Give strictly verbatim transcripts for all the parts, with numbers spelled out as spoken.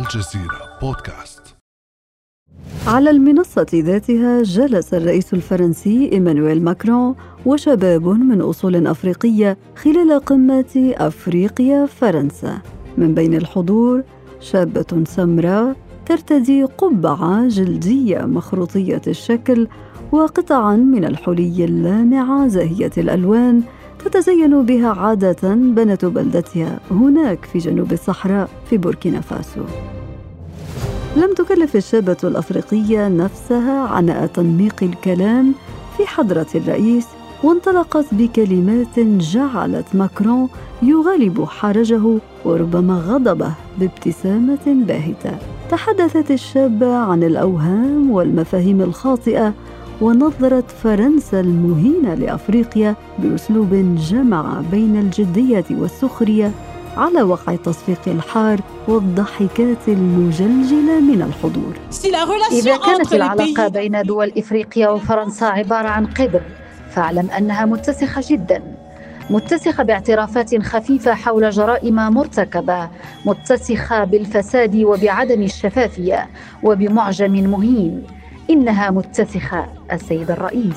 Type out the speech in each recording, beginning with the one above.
الجزيرة بودكاست. على المنصة ذاتها جلس الرئيس الفرنسي إيمانويل ماكرون وشباب من أصول أفريقية خلال قمة أفريقيا فرنسا. من بين الحضور شابة سمراء ترتدي قبعة جلدية مخروطية الشكل وقطعاً من الحلي اللامعة زاهية الألوان تتزين بها عادة بنات بلدتها هناك في جنوب الصحراء في بوركينا فاسو. لم تكلف الشابة الأفريقية نفسها عناء تنميق الكلام في حضرة الرئيس، وانطلقت بكلمات جعلت ماكرون يغلب حرجه وربما غضبه بابتسامة باهتة. تحدثت الشابة عن الأوهام والمفاهيم الخاطئة ونظرت فرنسا المهينة لأفريقيا بأسلوب جمع بين الجدية والسخرية على وقع التصفيق الحار والضحكات المجلجلة من الحضور. إذا كانت العلاقة بين دول إفريقيا وفرنسا عبارة عن قدر، فاعلم أنها متسخة جدا، متسخة باعترافات خفيفة حول جرائم مرتكبة، متسخة بالفساد وبعدم الشفافية وبمعجم مهين. إنها متسخة السيد الرئيس.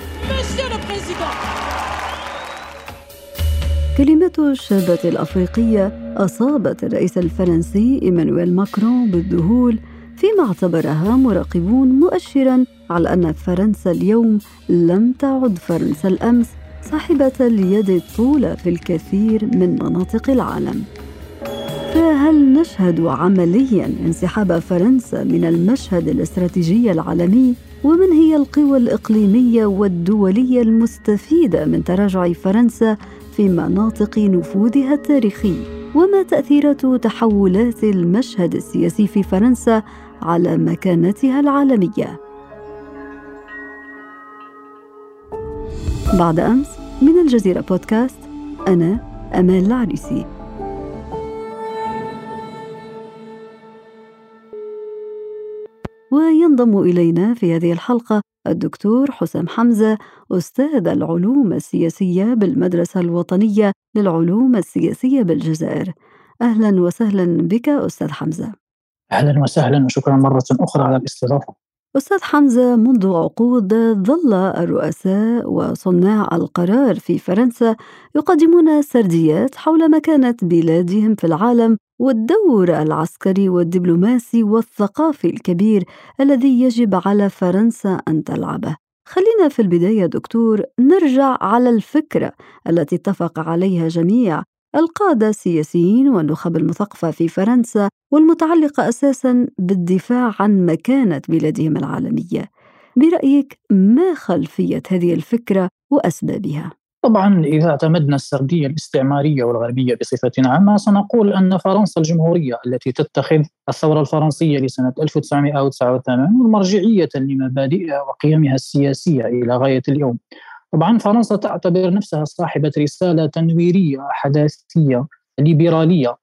كلمات الشابة الأفريقية أصابت الرئيس الفرنسي إيمانويل ماكرون بالذهول، فيما اعتبرها مراقبون مؤشراً على أن فرنسا اليوم لم تعد فرنسا الأمس، صاحبة اليد الطولى في الكثير من مناطق العالم. فهل نشهد عملياً انسحاب فرنسا من المشهد الاستراتيجي العالمي؟ ومن هي القوى الإقليمية والدولية المستفيدة من تراجع فرنسا في مناطق نفوذها التاريخي؟ وما تأثيرات تحولات المشهد السياسي في فرنسا على مكانتها العالمية؟ بعد أمس من الجزيرة بودكاست، أنا أمال العريسي. وينضم إلينا في هذه الحلقة الدكتور حسام حمزة، أستاذ العلوم السياسية بالمدرسة الوطنية للعلوم السياسية بالجزائر. أهلا وسهلا بك أستاذ حمزة. أهلا وسهلا وشكرا مرة أخرى على الاستضافة. أستاذ حمزة، منذ عقود ظل الرؤساء وصناع القرار في فرنسا يقدمون سرديات حول مكانة بلادهم في العالم والدور العسكري والدبلوماسي والثقافي الكبير الذي يجب على فرنسا أن تلعبه. خلينا في البداية دكتور نرجع على الفكرة التي اتفق عليها جميع القادة السياسيين والنخب المثقفة في فرنسا، والمتعلقة أساساً بالدفاع عن مكانة بلادهم العالمية. برأيك ما خلفية هذه الفكرة وأسبابها؟ طبعاً إذا اعتمدنا السردية الاستعمارية والغربية بصفة عامة سنقول أن فرنسا الجمهورية التي تتخذ الثورة الفرنسية لسنة ألف وتسعمائة وتسعة وثمانين مرجعية لمبادئها وقيمها السياسية إلى غاية اليوم. طبعاً فرنسا تعتبر نفسها صاحبة رسالة تنويرية حداثية ليبرالية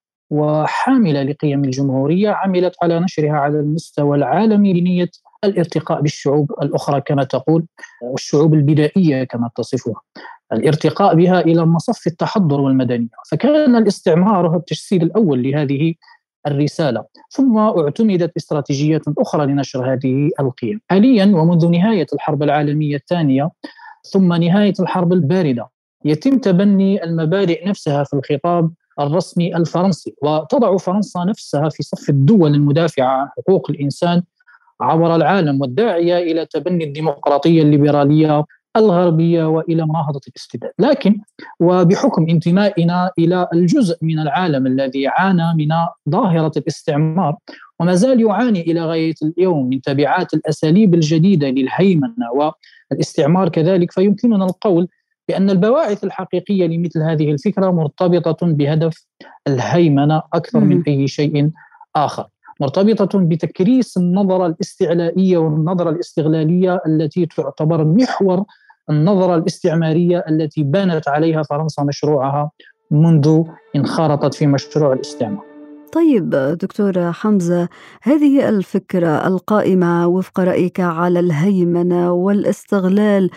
وحاملة لقيم الجمهورية، عملت على نشرها على المستوى العالمي لنية الارتقاء بالشعوب الأخرى كما تقول، والشعوب البدائية كما تصفها، الارتقاء بها إلى مصف التحضر والمدنية. فكان الاستعمار هو التجسيد الأول لهذه الرسالة، ثم اعتمدت استراتيجيات أخرى لنشر هذه القيم. حاليا ومنذ نهاية الحرب العالمية الثانية ثم نهاية الحرب الباردة يتم تبني المبادئ نفسها في الخطاب الرسمي الفرنسي، وتضع فرنسا نفسها في صف الدول المدافعة عن حقوق الإنسان عبر العالم والداعية إلى تبني الديمقراطية الليبرالية الغربية وإلى مناهضة الاستبداد. لكن وبحكم انتمائنا إلى الجزء من العالم الذي عانى من ظاهرة الاستعمار وما زال يعاني إلى غاية اليوم من تبعات الأساليب الجديدة للهيمنة والاستعمار كذلك، فيمكننا القول بأن البواعث الحقيقية لمثل هذه الفكرة مرتبطة بهدف الهيمنة أكثر من أي شيء آخر، مرتبطة بتكريس النظرة الاستعلائية والنظرة الاستغلالية التي تعتبر محور النظرة الاستعمارية التي بانت عليها فرنسا مشروعها منذ انخرطت في مشروع الاستعمار. طيب دكتور حمزة، هذه الفكرة القائمة وفق رأيك على الهيمنة والاستغلال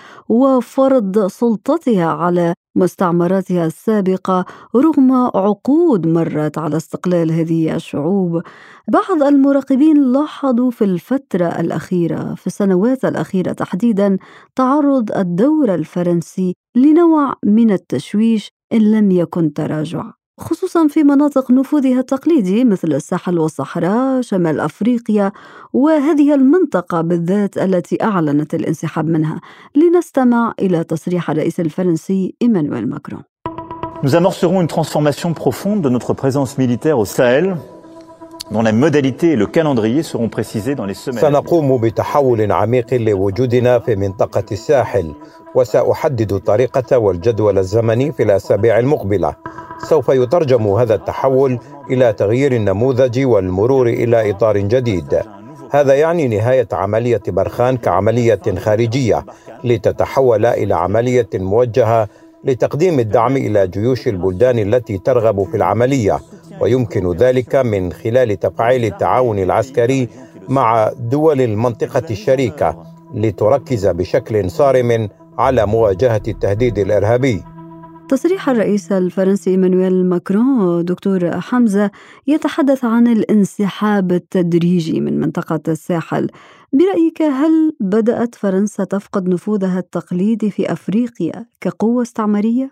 وفرض سلطتها على مستعمراتها السابقة رغم عقود مرت على استقلال هذه الشعوب، بعض المراقبين لاحظوا في الفترة الأخيرة، في السنوات الأخيرة تحديدا، تعرض الدور الفرنسي لنوع من التشويش إن لم يكن تراجع، خصوصا في مناطق نفوذها التقليدي مثل الساحل والصحراء شمال أفريقيا، وهذه المنطقة بالذات التي أعلنت الانسحاب منها. لنستمع إلى تصريح الرئيس الفرنسي إيمانويل ماكرون. Nous amorcerons une transformation profonde de notre présence militaire au Sahel, dont les modalités et le calendrier seront précisés dans les semaines. سنقوم بتحول عميق لوجودنا في منطقة الساحل، وسأحدد الطريقة والجدول الزمني في الأسابيع المقبلة. سوف يترجم هذا التحول إلى تغيير النموذج والمرور إلى إطار جديد. هذا يعني نهاية عملية برخان كعملية خارجية لتتحول إلى عملية موجهة لتقديم الدعم إلى جيوش البلدان التي ترغب في العملية، ويمكن ذلك من خلال تفعيل التعاون العسكري مع دول المنطقة الشريكة لتركز بشكل صارم على مواجهة التهديد الإرهابي. تصريح الرئيس الفرنسي إيمانويل ماكرون دكتور حمزة يتحدث عن الانسحاب التدريجي من منطقة الساحل. برأيك هل بدأت فرنسا تفقد نفوذها التقليدي في أفريقيا كقوة استعمارية؟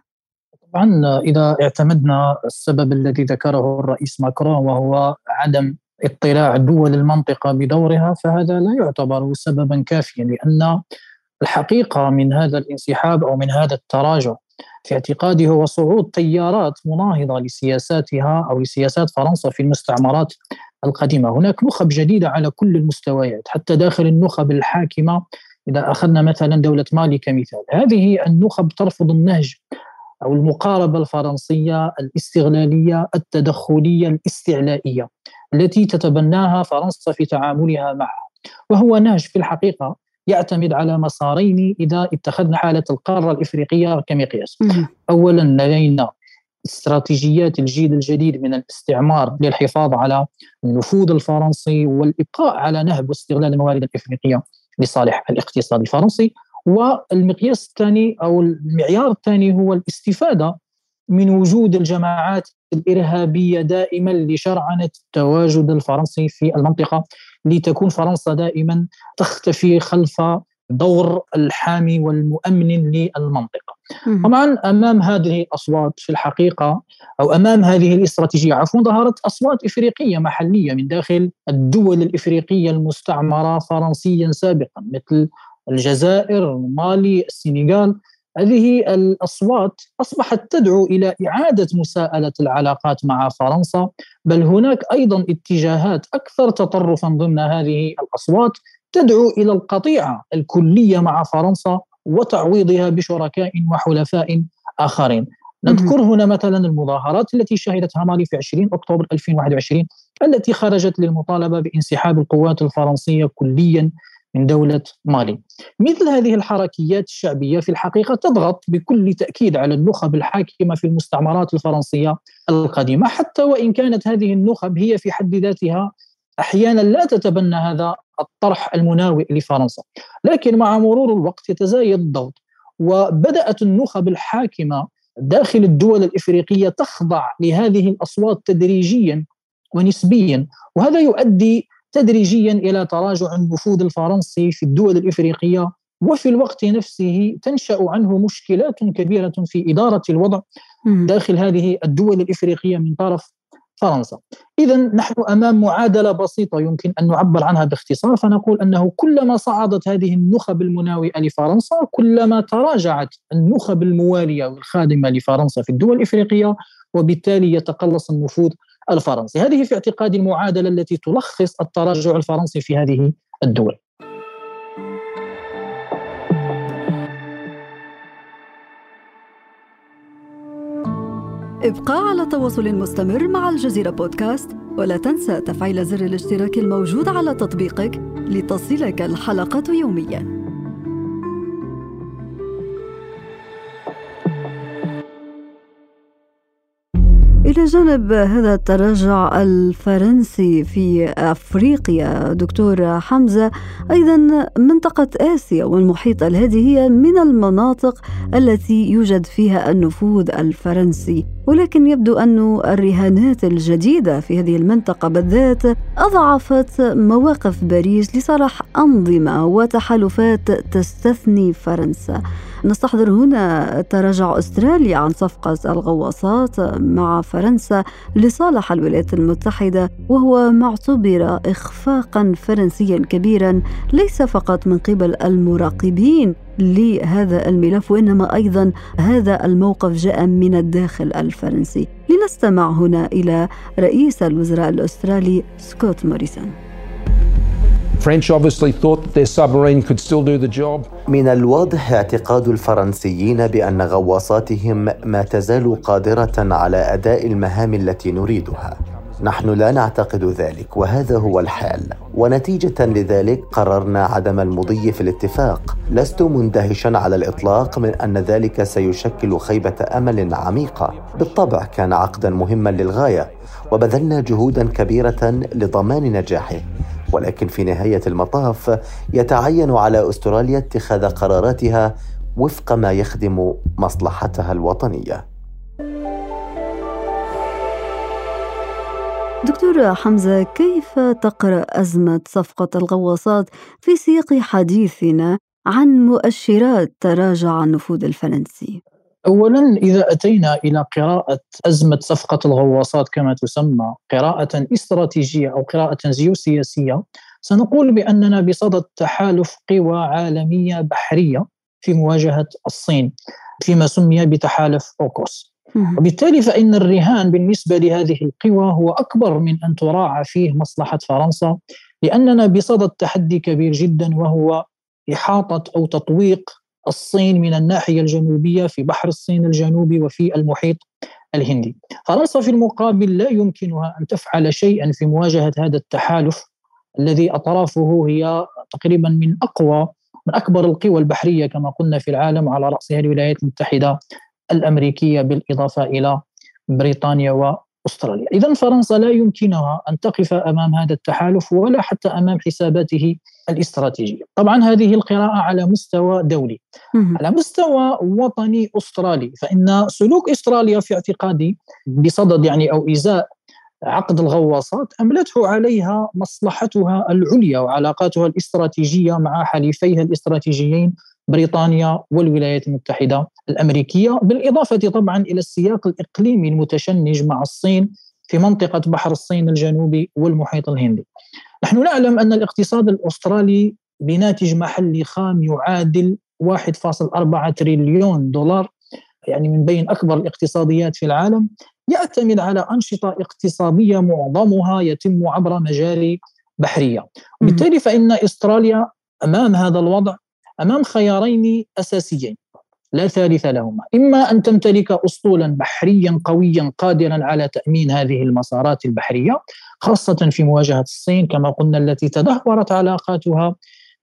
طبعا إذا اعتمدنا السبب الذي ذكره الرئيس ماكرون وهو عدم اطلاع دول المنطقة بدورها، فهذا لا يعتبر سببا كافيا، لأن الحقيقة من هذا الانسحاب أو من هذا التراجع في اعتقادي هو صعود تيارات مناهضة لسياساتها أو لسياسات فرنسا في المستعمرات القديمة. هناك نخب جديدة على كل المستويات، حتى داخل النخب الحاكمة. إذا أخذنا مثلا دولة مالي كمثال، هذه النخب ترفض النهج أو المقاربة الفرنسية الاستغلالية التدخلية الاستعلائية التي تتبناها فرنسا في تعاملها معها، وهو نهج في الحقيقة يعتمد على مسارين إذا اتخذنا حالة القارة الإفريقية كمقياس. أولا لدينا استراتيجيات الجيل الجديد من الاستعمار للحفاظ على النفوذ الفرنسي والإبقاء على نهب واستغلال الموارد الإفريقية لصالح الاقتصاد الفرنسي. والمقياس الثاني أو المعيار الثاني هو الاستفادة من وجود الجماعات الإرهابية دائما لشرعنة التواجد الفرنسي في المنطقة، لتكون فرنسا دائما تختفي خلف دور الحامي والمؤمن للمنطقة. طبعا أمام هذه الأصوات في الحقيقة أو أمام هذه الاستراتيجية عفوا ظهرت أصوات إفريقية محلية من داخل الدول الإفريقية المستعمرة فرنسيا سابقا مثل الجزائر، مالي، السنغال. هذه الأصوات أصبحت تدعو إلى إعادة مساءلة العلاقات مع فرنسا، بل هناك أيضا اتجاهات أكثر تطرفا ضمن هذه الأصوات تدعو إلى القطيعة الكلية مع فرنسا وتعويضها بشركاء وحلفاء آخرين. نذكر هنا مثلا المظاهرات التي شهدتها مالي في عشرين أكتوبر ألفين وواحد وعشرين التي خرجت للمطالبة بانسحاب القوات الفرنسية كليا من دولة مالي. مثل هذه الحركيات الشعبية في الحقيقة تضغط بكل تأكيد على النخب الحاكمة في المستعمرات الفرنسية القديمة، حتى وإن كانت هذه النخب هي في حد ذاتها أحيانا لا تتبنى هذا الطرح المناوئ لفرنسا، لكن مع مرور الوقت يتزايد الضغط، وبدأت النخب الحاكمة داخل الدول الإفريقية تخضع لهذه الأصوات تدريجيا ونسبيا، وهذا يؤدي تدريجيا إلى تراجع النفوذ الفرنسي في الدول الإفريقية، وفي الوقت نفسه تنشأ عنه مشكلات كبيرة في إدارة الوضع داخل هذه الدول الإفريقية من طرف فرنسا. إذن نحن أمام معادلة بسيطة يمكن أن نعبر عنها باختصار، فنقول أنه كلما صعدت هذه النخب المناوئة لفرنسا كلما تراجعت النخب الموالية والخادمة لفرنسا في الدول الإفريقية، وبالتالي يتقلص النفوذ الفرنسي. هذه في اعتقادي المعادلة التي تلخص التراجع الفرنسي في هذه الدول. ابقى على تواصل مستمر مع الجزيرة بودكاست، ولا تنسى تفعيل زر الاشتراك الموجود على تطبيقك لتصلك الحلقة يومياً. إلى جانب هذا التراجع الفرنسي في أفريقيا دكتور حمزة، أيضا منطقة آسيا والمحيط الهادي هي من المناطق التي يوجد فيها النفوذ الفرنسي، ولكن يبدو أن الرهانات الجديدة في هذه المنطقة بالذات أضعفت مواقف باريس لصالح أنظمة وتحالفات تستثني فرنسا. نستحضر هنا تراجع أستراليا عن صفقة الغواصات مع فرنسا لصالح الولايات المتحدة، وهو معتبر إخفاقا فرنسيا كبيرا ليس فقط من قبل المراقبين لهذا الملف، وإنما أيضا هذا الموقف جاء من الداخل الفرنسي. لنستمع هنا إلى رئيس الوزراء الأسترالي سكوت موريسون. French obviously thought that their submarine could still do the job. من الواضح اعتقاد الفرنسيين بأن غواصاتهم ما تزال قادرة على أداء المهام التي نريدها. نحن لا نعتقد ذلك، وهذا هو الحال، ونتيجة لذلك قررنا عدم المضي في الاتفاق. لست مندهشا على الإطلاق من أن ذلك سيشكل خيبة أمل عميقة. بالطبع كان عقدا مهما للغاية، وبذلنا جهودا كبيرة لضمان نجاحه، ولكن في نهاية المطاف يتعين على أستراليا اتخاذ قراراتها وفق ما يخدم مصلحتها الوطنية. دكتور حمزة، كيف تقرأ أزمة صفقة الغواصات في سياق حديثنا عن مؤشرات تراجع النفوذ الفرنسي؟ أولاً، إذا أتينا إلى قراءة أزمة صفقة الغواصات كما تسمى قراءة استراتيجية أو قراءة جيوسياسية، سنقول بأننا بصدد تحالف قوى عالمية بحرية في مواجهة الصين فيما سمي بتحالف أوكوس. وبالتالي فإن الرهان بالنسبة لهذه القوى هو أكبر من أن تراعى فيه مصلحة فرنسا، لأننا بصدد تحدي كبير جدا، وهو إحاطة أو تطويق الصين من الناحية الجنوبية في بحر الصين الجنوبي وفي المحيط الهندي. فرنسا في المقابل لا يمكنها أن تفعل شيئا في مواجهة هذا التحالف الذي أطرافه هي تقريبا من أقوى من أكبر القوى البحرية كما قلنا في العالم، على رأسها الولايات المتحدة الأمريكية بالإضافة إلى بريطانيا وأستراليا. إذن فرنسا لا يمكنها أن تقف أمام هذا التحالف ولا حتى أمام حساباته الاستراتيجية. طبعا هذه القراءة على مستوى دولي. على مستوى وطني أسترالي، فإن سلوك أستراليا في اعتقادي بصدد يعني أو إزاء عقد الغواصات أملته عليها مصلحتها العليا وعلاقاتها الاستراتيجية مع حليفيها الاستراتيجيين بريطانيا والولايات المتحدة الأمريكية، بالإضافة طبعا إلى السياق الإقليمي المتشنج مع الصين في منطقة بحر الصين الجنوبي والمحيط الهندي. نحن نعلم أن الاقتصاد الأسترالي بناتج محلي خام يعادل واحد فاصلة أربعة تريليون دولار، يعني من بين أكبر الاقتصاديات في العالم، يعتمد على أنشطة اقتصادية معظمها يتم عبر مجاري بحرية. وبالتالي فإن أستراليا أمام هذا الوضع أمام خيارين أساسيين لا ثالث لهما: إما أن تمتلك أسطولا بحريا قويا قادرا على تأمين هذه المسارات البحرية، خاصة في مواجهة الصين كما قلنا التي تدهورت علاقاتها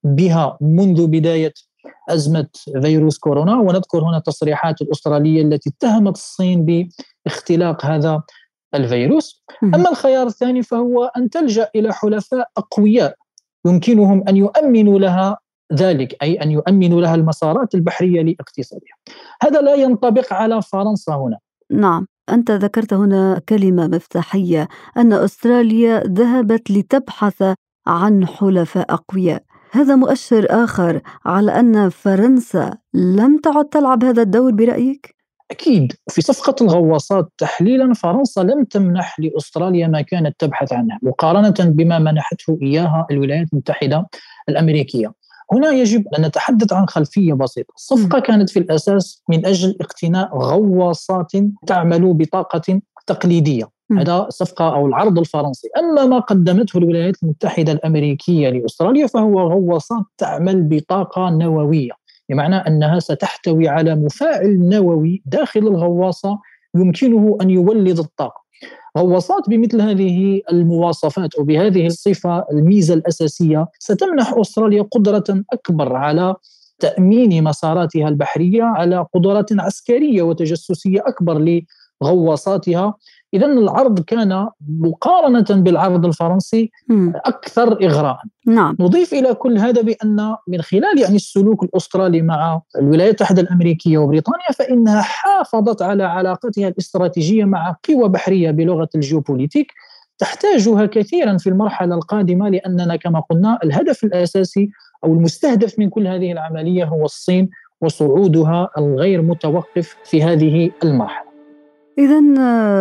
بها منذ بداية أزمة فيروس كورونا، ونذكر هنا التصريحات الأسترالية التي اتهمت الصين باختلاق هذا الفيروس. أما الخيار الثاني فهو أن تلجأ إلى حلفاء أقوياء يمكنهم أن يؤمنوا لها ذلك، أي أن يؤمنوا لها المسارات البحرية لاقتصادها. هذا لا ينطبق على فرنسا هنا. نعم، أنت ذكرت هنا كلمة مفتاحية، أن أستراليا ذهبت لتبحث عن حلفاء أقوياء. هذا مؤشر آخر على أن فرنسا لم تعد تلعب هذا الدور برأيك؟ أكيد. في صفقة الغواصات تحليلا فرنسا لم تمنح لأستراليا ما كانت تبحث عنه مقارنة بما منحته إياها الولايات المتحدة الأمريكية. هنا يجب أن نتحدث عن خلفية بسيطة. الصفقة كانت في الأساس من أجل اقتناء غواصات تعمل بطاقة تقليدية، هذا صفقة أو العرض الفرنسي. أما ما قدمته الولايات المتحدة الأمريكية لأستراليا فهو غواصات تعمل بطاقة نووية، بمعنى أنها ستحتوي على مفاعل نووي داخل الغواصة يمكنه أن يولد الطاقة. غواصات بمثل هذه المواصفات أو بهذه الصفة الميزة الأساسية ستمنح أستراليا قدرة أكبر على تأمين مساراتها البحرية، على قدرات عسكرية وتجسسية أكبر لغواصاتها إذن العرض كان مقارنة بالعرض الفرنسي أكثر إغراء. نعم. نضيف إلى كل هذا بأن من خلال يعني السلوك الأسترالي مع الولايات المتحدة الأمريكية وبريطانيا فإنها حافظت على علاقتها الاستراتيجية مع قوى بحرية بلغة الجيوبوليتيك تحتاجها كثيرا في المرحلة القادمة، لأننا كما قلنا الهدف الأساسي أو المستهدف من كل هذه العملية هو الصين وصعودها الغير متوقف في هذه المرحلة. إذن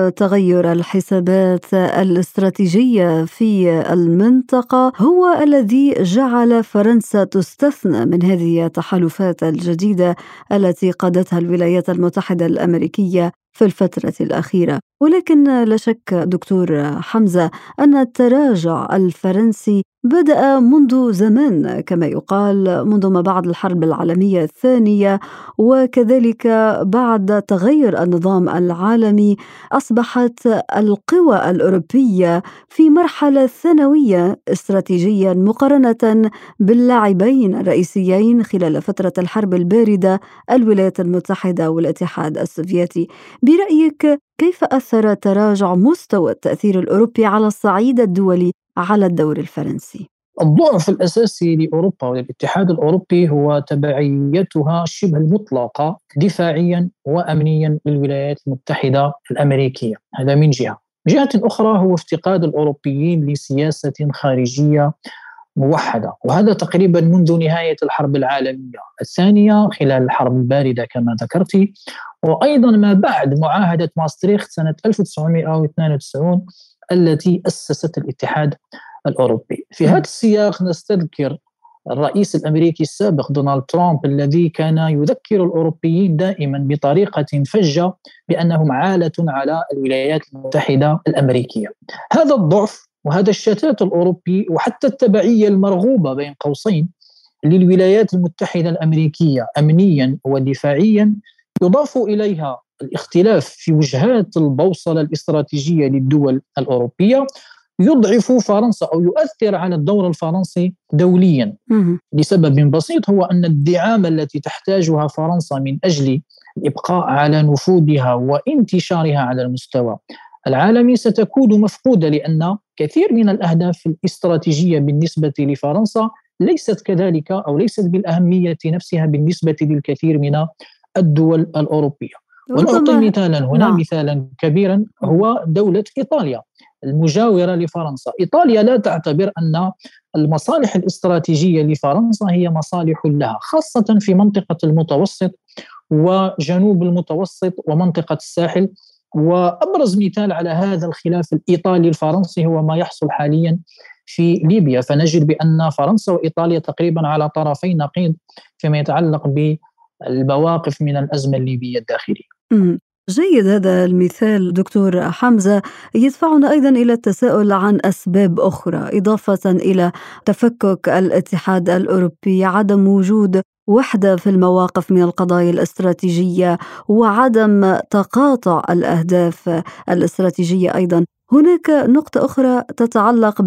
تغير الحسابات الاستراتيجية في المنطقة هو الذي جعل فرنسا تستثنى من هذه التحالفات الجديدة التي قادتها الولايات المتحدة الأمريكية في الفترة الأخيرة. ولكن لا شك دكتور حمزة أن التراجع الفرنسي بدأ منذ زمان كما يقال، منذ ما بعد الحرب العالمية الثانية، وكذلك بعد تغير النظام العالمي أصبحت القوى الأوروبية في مرحلة ثانوية استراتيجيا مقارنة باللاعبين الرئيسيين خلال فترة الحرب الباردة الولايات المتحدة والاتحاد السوفيتي. برأيك كيف أثر تراجع مستوى التأثير الأوروبي على الصعيد الدولي على الدور الفرنسي؟ الضعف الأساسي لأوروبا والاتحاد الأوروبي هو تبعيتها شبه المطلقة دفاعيا وأمنيا للولايات المتحدة الأمريكية. هذا من جهة. من جهة أخرى هو افتقاد الأوروبيين لسياسة خارجية موحدة، وهذا تقريبا منذ نهاية الحرب العالمية الثانية خلال الحرب الباردة كما ذكرتي، وأيضا ما بعد معاهدة ماستريخت سنة ألف وتسعمائة واثنين وتسعين التي أسست الاتحاد الأوروبي. في هذا السياق نستذكر الرئيس الأمريكي السابق دونالد ترامب الذي كان يذكر الأوروبيين دائما بطريقة فجة بأنهم عالة على الولايات المتحدة الأمريكية. هذا الضعف وهذا الشتات الأوروبي وحتى التبعية المرغوبة بين قوسين للولايات المتحدة الأمريكية أمنيا ودفاعيا، يضاف إليها الاختلاف في وجهات البوصلة الاستراتيجية للدول الأوروبية، يضعف فرنسا أو يؤثر على الدور الفرنسي دوليا لسبب بسيط، هو أن الدعام التي تحتاجها فرنسا من أجل الإبقاء على نفوذها وانتشارها على المستوى العالمي ستكون مفقودة، لأن كثير من الأهداف الاستراتيجية بالنسبة لفرنسا ليست كذلك أو ليست بالأهمية نفسها بالنسبة للكثير من الدول الأوروبية. ونعطي مثالا هنا نعم. مثالا كبيرا هو دولة إيطاليا المجاورة لفرنسا. إيطاليا لا تعتبر أن المصالح الاستراتيجية لفرنسا هي مصالح لها، خاصة في منطقة المتوسط وجنوب المتوسط ومنطقة الساحل. وأبرز مثال على هذا الخلاف الإيطالي الفرنسي هو ما يحصل حاليا في ليبيا، فنجد بأن فرنسا وإيطاليا تقريبا على طرفي نقيض فيما يتعلق بالمواقف من الأزمة الليبية الداخلية. جيد هذا المثال دكتور حمزة، يدفعنا أيضا إلى التساؤل عن أسباب أخرى إضافة إلى تفكك الاتحاد الأوروبي، عدم وجود وحدة في المواقف من القضايا الاستراتيجية وعدم تقاطع الأهداف الاستراتيجية. أيضا هناك نقطة أخرى تتعلق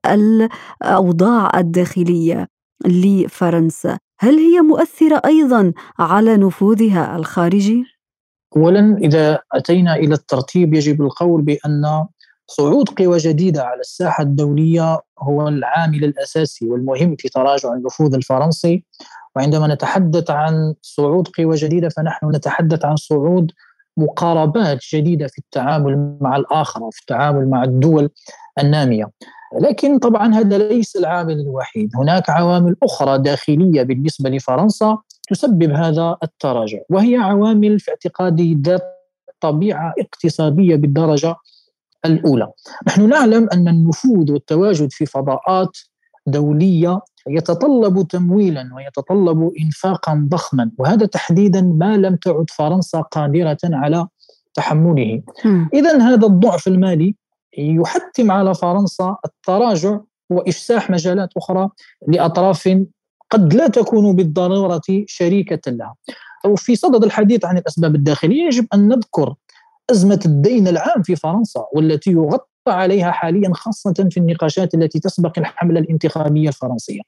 بالأوضاع الداخلية لفرنسا، هل هي مؤثرة أيضا على نفوذها الخارجي؟ أولا إذا أتينا إلى الترتيب يجب القول بأن صعود قوى جديدة على الساحة الدولية هو العامل الأساسي والمهم في تراجع النفوذ الفرنسي. وعندما نتحدث عن صعود قوى جديدة فنحن نتحدث عن صعود مقاربات جديدة في التعامل مع الآخر وفي التعامل مع الدول النامية. لكن طبعا هذا ليس العامل الوحيد، هناك عوامل أخرى داخلية بالنسبة لفرنسا تسبب هذا التراجع، وهي عوامل في اعتقادي ذات طبيعة اقتصادية بالدرجة الأولى. نحن نعلم أن النفوذ والتواجد في فضاءات دولية يتطلب تمويلا ويتطلب إنفاقا ضخما، وهذا تحديدا ما لم تعد فرنسا قادرة على تحمله. إذن هذا الضعف المالي يحتم على فرنسا التراجع وإفساح مجالات أخرى لأطراف قد لا تكون بالضرورة شريكة لها. وفي صدد الحديث عن الأسباب الداخلية يجب أن نذكر أزمة الدين العام في فرنسا، والتي يغطي عليها حاليا، خاصة في النقاشات التي تسبق الحملة الانتخابية الفرنسية.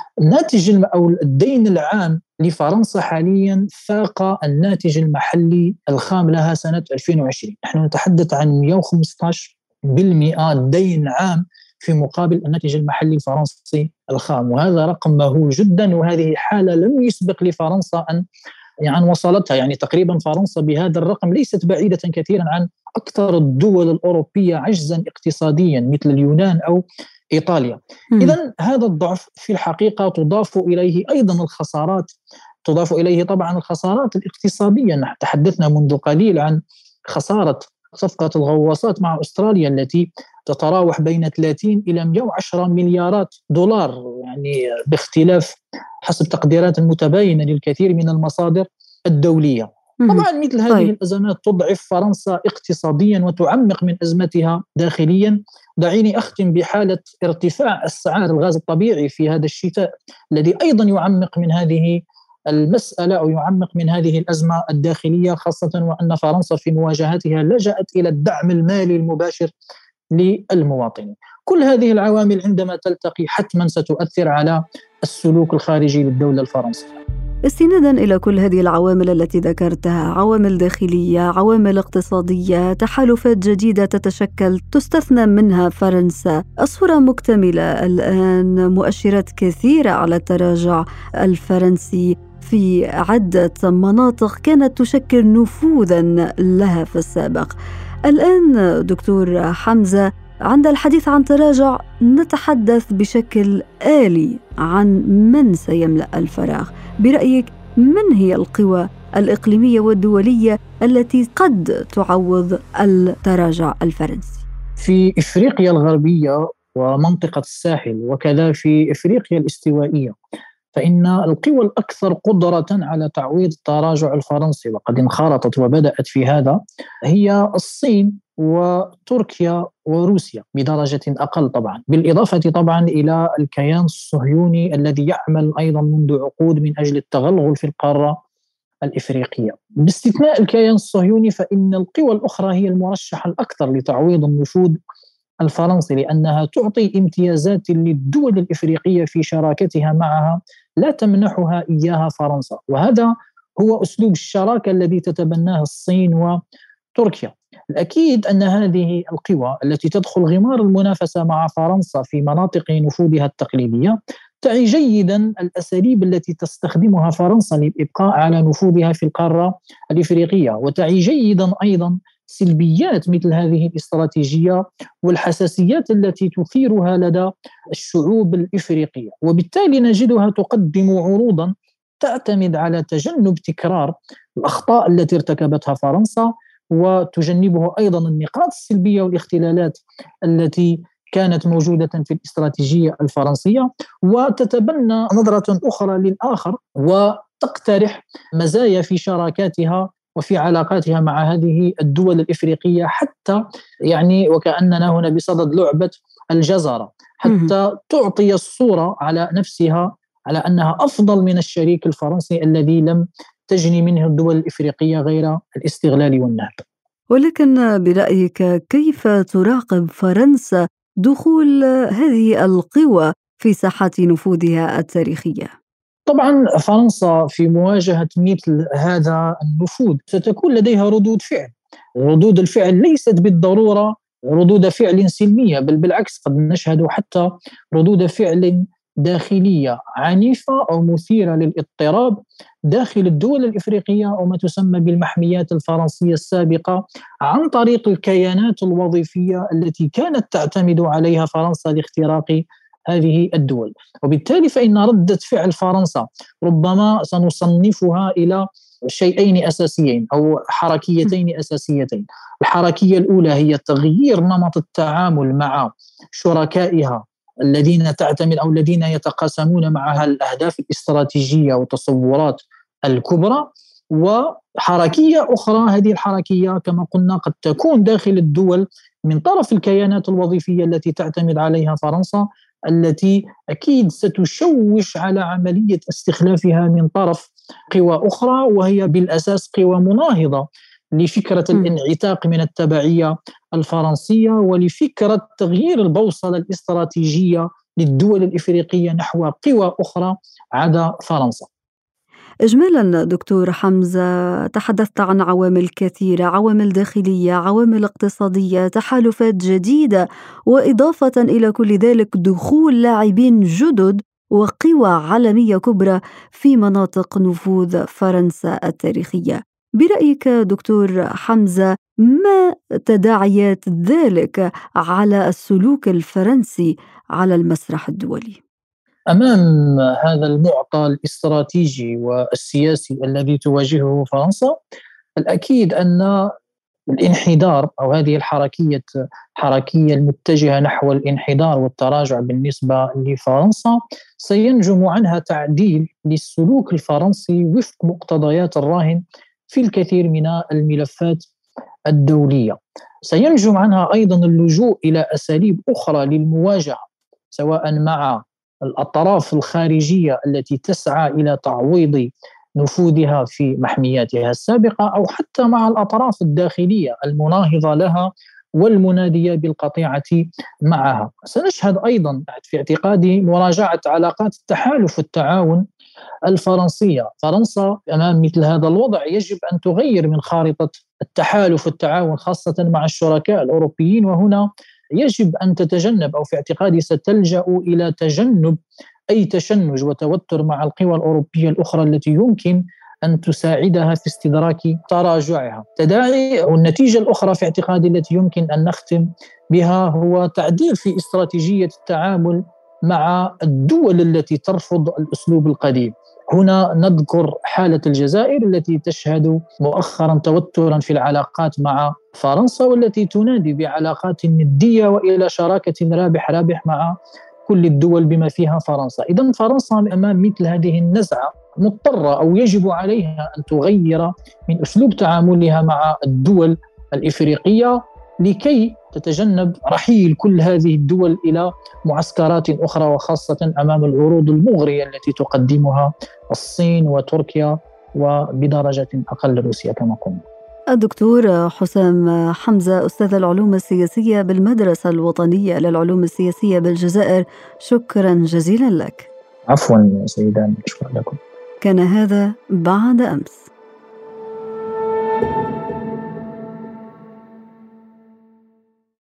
الناتج أو الدين العام لفرنسا حاليا فاق الناتج المحلي الخام لها سنة ألفين وعشرين. نحن نتحدث عن مئة وخمسة عشر بالمئة دين عام في مقابل الناتج المحلي الفرنسي الخام، وهذا رقم مهول جدا، وهذه حالة لم يسبق لفرنسا أن يعني وصلتها. يعني تقريبا فرنسا بهذا الرقم ليست بعيدة كثيرا عن أكثر الدول الأوروبية عجزا اقتصاديا مثل اليونان أو إيطاليا. إذن هذا الضعف في الحقيقة تضاف إليه أيضا الخسارات، تضاف إليه طبعا الخسارات الاقتصادية. نحن تحدثنا منذ قليل عن خسارة صفقة الغواصات مع أستراليا التي تتراوح بين ثلاثين إلى مئة وعشرة مليارات دولار، يعني باختلاف حسب تقديرات متباينة للكثير من المصادر الدولية. طبعا مثل هذه طيب. الأزمات تضعف فرنسا اقتصاديا وتعمق من أزمتها داخليا. دعيني أختم بحالة ارتفاع أسعار الغاز الطبيعي في هذا الشتاء الذي أيضا يعمق من هذه المسألة أو يعمق من هذه الأزمة الداخلية، خاصة وأن فرنسا في مواجهتها لجأت إلى الدعم المالي المباشر للمواطنين. كل هذه العوامل عندما تلتقي حتما ستؤثر على السلوك الخارجي للدولة الفرنسية. استنادا إلى كل هذه العوامل التي ذكرتها، عوامل داخلية، عوامل اقتصادية، تحالفات جديدة تتشكل تستثنى منها فرنسا، الصورة مكتملة الآن، مؤشرات كثيرة على التراجع الفرنسي في عدة مناطق كانت تشكل نفوذا لها في السابق. الآن دكتور حمزة، عند الحديث عن تراجع نتحدث بشكل آلي عن من سيملأ الفراغ. برأيك من هي القوى الإقليمية والدولية التي قد تعوض التراجع الفرنسي؟ في إفريقيا الغربية ومنطقة الساحل وكذا في إفريقيا الاستوائية، فإن القوى الأكثر قدرة على تعويض التراجع الفرنسي وقد انخرطت وبدأت في هذا هي الصين وتركيا وروسيا بدرجة أقل طبعا، بالإضافة طبعا إلى الكيان الصهيوني الذي يعمل أيضا منذ عقود من أجل التغلغل في القارة الإفريقية. باستثناء الكيان الصهيوني فإن القوى الأخرى هي المرشحة الأكثر لتعويض النفوذ الفرنسي، لأنها تعطي امتيازات للدول الإفريقية في شراكتها معها لا تمنحها إياها فرنسا، وهذا هو أسلوب الشراكة الذي تتبناه الصين وتركيا. الأكيد أن هذه القوى التي تدخل غمار المنافسة مع فرنسا في مناطق نفوذها التقليدية تعي جيدا الأساليب التي تستخدمها فرنسا للإبقاء على نفوذها في القارة الإفريقية، وتعي جيدا أيضا سلبيات مثل هذه الاستراتيجية والحساسيات التي تثيرها لدى الشعوب الإفريقية، وبالتالي نجدها تقدم عروضا تعتمد على تجنب تكرار الأخطاء التي ارتكبتها فرنسا، وتجنبه أيضا النقاط السلبية والاختلالات التي كانت موجودة في الاستراتيجية الفرنسية، وتتبنى نظرة أخرى للآخر وتقترح مزايا في شراكاتها وفي علاقاتها مع هذه الدول الإفريقية، حتى يعني وكأننا هنا بصدد لعبة الجزرة، حتى تعطي الصورة على نفسها على أنها أفضل من الشريك الفرنسي الذي لم تجني منه الدول الإفريقية غير الاستغلال والنهب. ولكن برأيك كيف تراقب فرنسا دخول هذه القوى في ساحات نفوذها التاريخية؟ طبعا فرنسا في مواجهة مثل هذا النفوذ ستكون لديها ردود فعل. ردود الفعل ليست بالضرورة ردود فعل سلمية، بل بالعكس قد نشهد حتى ردود فعل داخلية عنيفة أو مثيرة للاضطراب داخل الدول الإفريقية أو ما تسمى بالمحميات الفرنسية السابقة، عن طريق الكيانات الوظيفية التي كانت تعتمد عليها فرنسا لاختراق هذه الدول. وبالتالي فإن ردة فعل فرنسا ربما سنصنفها إلى شيئين أساسيين أو حركيتين أساسيتين. الحركية الأولى هي تغيير نمط التعامل مع شركائها الذين تعتمد أو الذين يتقاسمون معها الأهداف الاستراتيجية والتصورات الكبرى، وحركية أخرى هذه الحركية كما قلنا قد تكون داخل الدول من طرف الكيانات الوظيفية التي تعتمد عليها فرنسا، التي أكيد ستشوش على عملية استخلافها من طرف قوى أخرى، وهي بالأساس قوى مناهضة لفكرة الانعتاق من التبعية الفرنسية ولفكرة تغيير البوصلة الاستراتيجية للدول الإفريقية نحو قوى أخرى عدا فرنسا. إجمالا دكتور حمزة، تحدثت عن عوامل كثيرة، عوامل داخلية، عوامل اقتصادية، تحالفات جديدة، وإضافة إلى كل ذلك دخول لاعبين جدد وقوى عالمية كبرى في مناطق نفوذ فرنسا التاريخية. برأيك دكتور حمزة، ما تداعيات ذلك على السلوك الفرنسي على المسرح الدولي؟ أمام هذا المعطى الاستراتيجي والسياسي الذي تواجهه فرنسا، الأكيد أن الانحدار أو هذه الحركية حركية المتجهة نحو الانحدار والتراجع بالنسبة لفرنسا سينجم عنها تعديل للسلوك الفرنسي وفق مقتضيات الراهن في الكثير من الملفات الدولية. سينجم عنها أيضا اللجوء إلى أساليب أخرى للمواجهة، سواء مع الأطراف الخارجية التي تسعى إلى تعويض نفوذها في محمياتها السابقة، أو حتى مع الأطراف الداخلية المناهضة لها والمنادية بالقطيعة معها. سنشهد أيضا في اعتقادي مراجعة علاقات التحالف والتعاون الفرنسية. فرنسا أمام مثل هذا الوضع يجب أن تغير من خارطة التحالف والتعاون خاصة مع الشركاء الأوروبيين، وهنا يجب أن تتجنب، أو في اعتقادي ستلجأ إلى تجنب أي تشنج وتوتر مع القوى الأوروبية الأخرى التي يمكن أن تساعدها في استدراك تراجعها. تداعي والنتيجة الأخرى في اعتقادي التي يمكن أن نختم بها هو تعديل في استراتيجية التعامل مع الدول التي ترفض الأسلوب القديم. هنا نذكر حالة الجزائر التي تشهد مؤخرا توترا في العلاقات مع فرنسا، والتي تنادي بعلاقات ندية وإلى شراكة رابح رابح مع كل الدول بما فيها فرنسا. إذن فرنسا أمام مثل هذه النزعة مضطرة أو يجب عليها أن تغير من أسلوب تعاملها مع الدول الإفريقية لكي تتجنب رحيل كل هذه الدول إلى معسكرات أخرى، وخاصة أمام العروض المغرية التي تقدمها الصين وتركيا وبدرجة أقل روسيا كما قلنا. الدكتور حسام حمزة، أستاذ العلوم السياسية بالمدرسة الوطنية للعلوم السياسية بالجزائر، شكرا جزيلا لك. عفوا سيدان، شكرا لكم. كان هذا بعد أمس.